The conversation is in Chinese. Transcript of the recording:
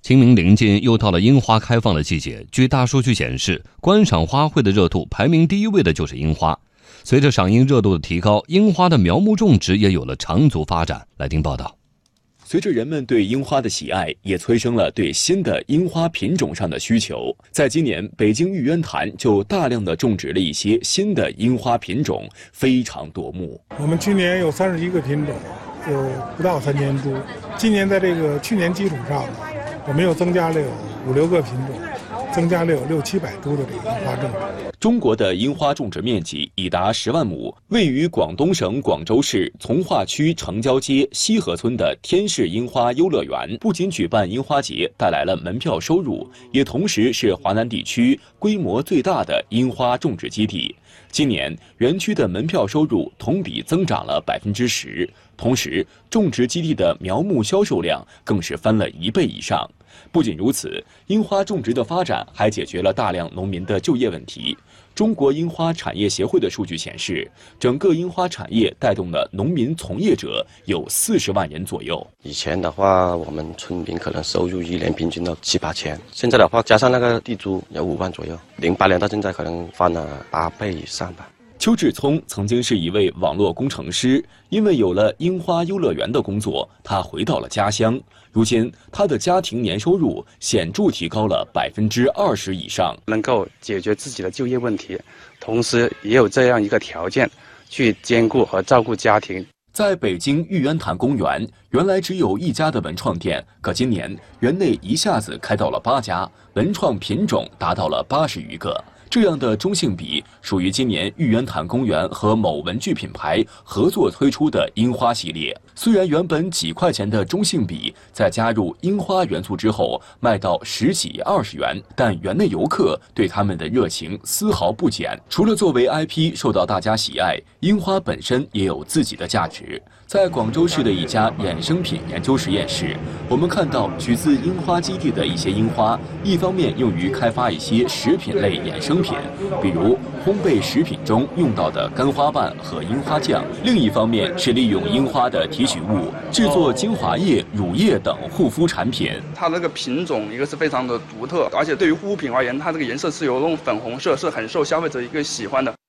清明临近，又到了樱花开放的季节。据大数据显示，观赏花卉的热度排名第一位的就是樱花。随着赏樱热度的提高，樱花的苗木种植也有了长足发展。来听报道。 随着人们对樱花的喜爱，也催生了对新的樱花品种上的需求。在今年，北京玉渊潭就大量的种植了一些新的樱花品种，非常夺目。 我们去年有31个品种，有不到3000株。今年在这个去年基础上，我们又增加了有5、6个品种，增加了有600-700株的这个樱花种植。 中国的樱花种植面积已达10万亩，位于广东省广州市从化区城郊街西河村的天市樱花优乐园，不仅举办樱花节带来了门票收入，也同时是华南地区规模最大的樱花种植基地。今年园区的门票收入同比增长了10%，同时种植基地的苗木销售量更是翻了1倍以上。不仅如此，樱花种植的发展还解决了大量农民的就业问题。中国樱花产业协会的数据显示，整个樱花产业带动了农民从业者有40万人左右。 以前的话，我们村民可能收入1年平均到7、8千，现在的话加上那个地租有5万左右，08年到现在可能翻了8倍以上吧。 邱志聪曾经是一位网络工程师，因为有了樱花优乐园的工作，他回到了家乡。如今，他的家庭年收入显著提高了20%以上， 能够解决自己的就业问题，同时也有这样一个条件去兼顾和照顾家庭。 在北京玉渊潭公园，原来只有1家的文创店，可今年园内一下子开到了8家，文创品种达到了80余个。这样的中性比属于今年玉渊潭公园和某文具品牌合作推出的樱花系列。虽然原本几块钱的中性笔，在加入樱花元素之后卖到10几、20元，但园内游客对他们的热情丝毫不减。除了作为 IP 受到大家喜爱，樱花本身也有自己的价值。在广州市的一家衍生品研究实验室，我们看到取自樱花基地的一些樱花，一方面用于开发一些食品类衍生品，比如烘焙食品中用到的干花瓣和樱花酱；另一方面是利用樱花的提取物制作精华液、乳液等护肤产品。 它那个品种一个是非常的独特，而且对于护肤品而言，它这个颜色是有那种粉红色，是很受消费者一个喜欢的。